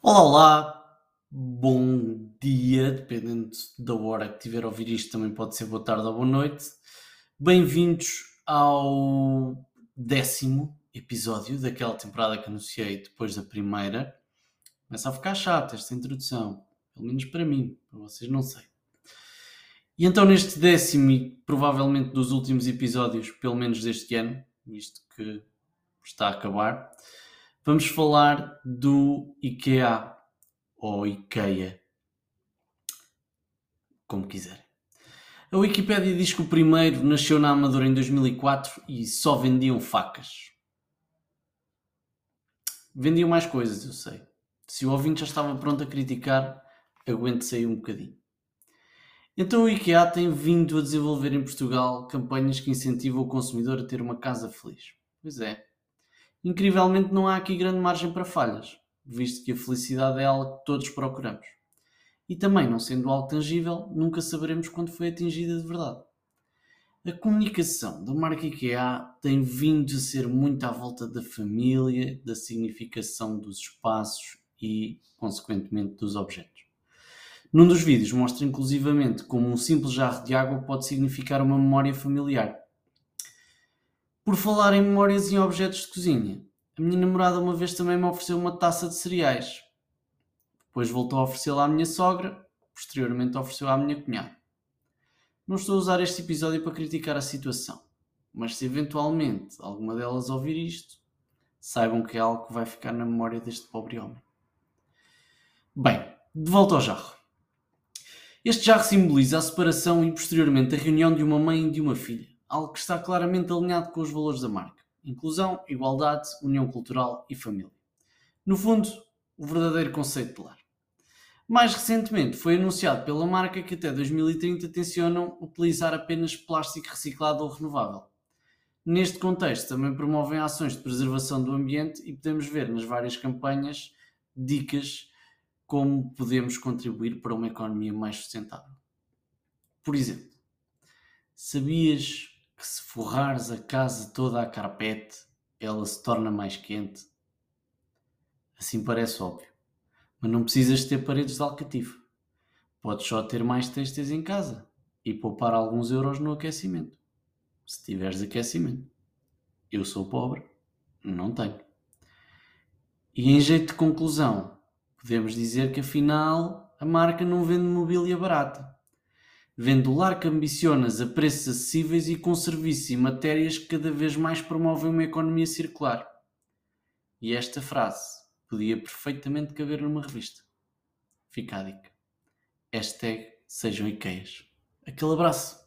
Olá, olá, bom dia, dependendo da hora que tiver a ouvir isto, também pode ser boa tarde ou boa noite. Bem-vindos ao 10º episódio daquela temporada que anunciei depois da primeira. Começa a ficar chata esta introdução, pelo menos para mim, para vocês não sei. E então neste 10º e provavelmente dos últimos episódios, pelo menos deste ano, isto que está a acabar, vamos falar do IKEA ou IKEA, como quiserem. A Wikipédia diz que o primeiro nasceu na Amadora em 2004 e só vendiam facas. Vendiam mais coisas, eu sei. Se o ouvinte já estava pronto a criticar, aguente-se aí um bocadinho. Então o IKEA tem vindo a desenvolver em Portugal campanhas que incentivam o consumidor a ter uma casa feliz. Pois é. Incrivelmente não há aqui grande margem para falhas, visto que a felicidade é algo que todos procuramos. E também, não sendo algo tangível, nunca saberemos quando foi atingida de verdade. A comunicação da marca IKEA tem vindo a ser muito à volta da família, da significação dos espaços e, consequentemente, dos objetos. Num dos vídeos mostra inclusivamente como um simples jarro de água pode significar uma memória familiar. Por falar em memórias e em objetos de cozinha, a minha namorada uma vez também me ofereceu uma taça de cereais. Depois voltou a oferecê-la à minha sogra, posteriormente ofereceu à minha cunhada. Não estou a usar este episódio para criticar a situação, mas se eventualmente alguma delas ouvir isto, saibam que é algo que vai ficar na memória deste pobre homem. Bem, de volta ao jarro. Este jarro simboliza a separação e posteriormente a reunião de uma mãe e de uma filha, algo que está claramente alinhado com os valores da marca: inclusão, igualdade, união cultural e família. No fundo, o verdadeiro conceito de lar. Mais recentemente foi anunciado pela marca que até 2030 tencionam utilizar apenas plástico reciclado ou renovável. Neste contexto também promovem ações de preservação do ambiente e podemos ver nas várias campanhas dicas como podemos contribuir para uma economia mais sustentável. Por exemplo, sabias que se forrares a casa toda a carpete, ela se torna mais quente? Assim parece óbvio, mas não precisas ter paredes de alcatifa. Podes só ter mais têxteis em casa e poupar alguns euros no aquecimento, se tiveres aquecimento. Eu sou pobre, não tenho. E em jeito de conclusão, podemos dizer que afinal a marca não vende mobília barata. Vende o lar que ambicionas a preços acessíveis e com serviços e matérias que cada vez mais promovem uma economia circular. E esta frase podia perfeitamente caber numa revista. Fica a dica. Hashtag sejam IKEAs. Aquele abraço.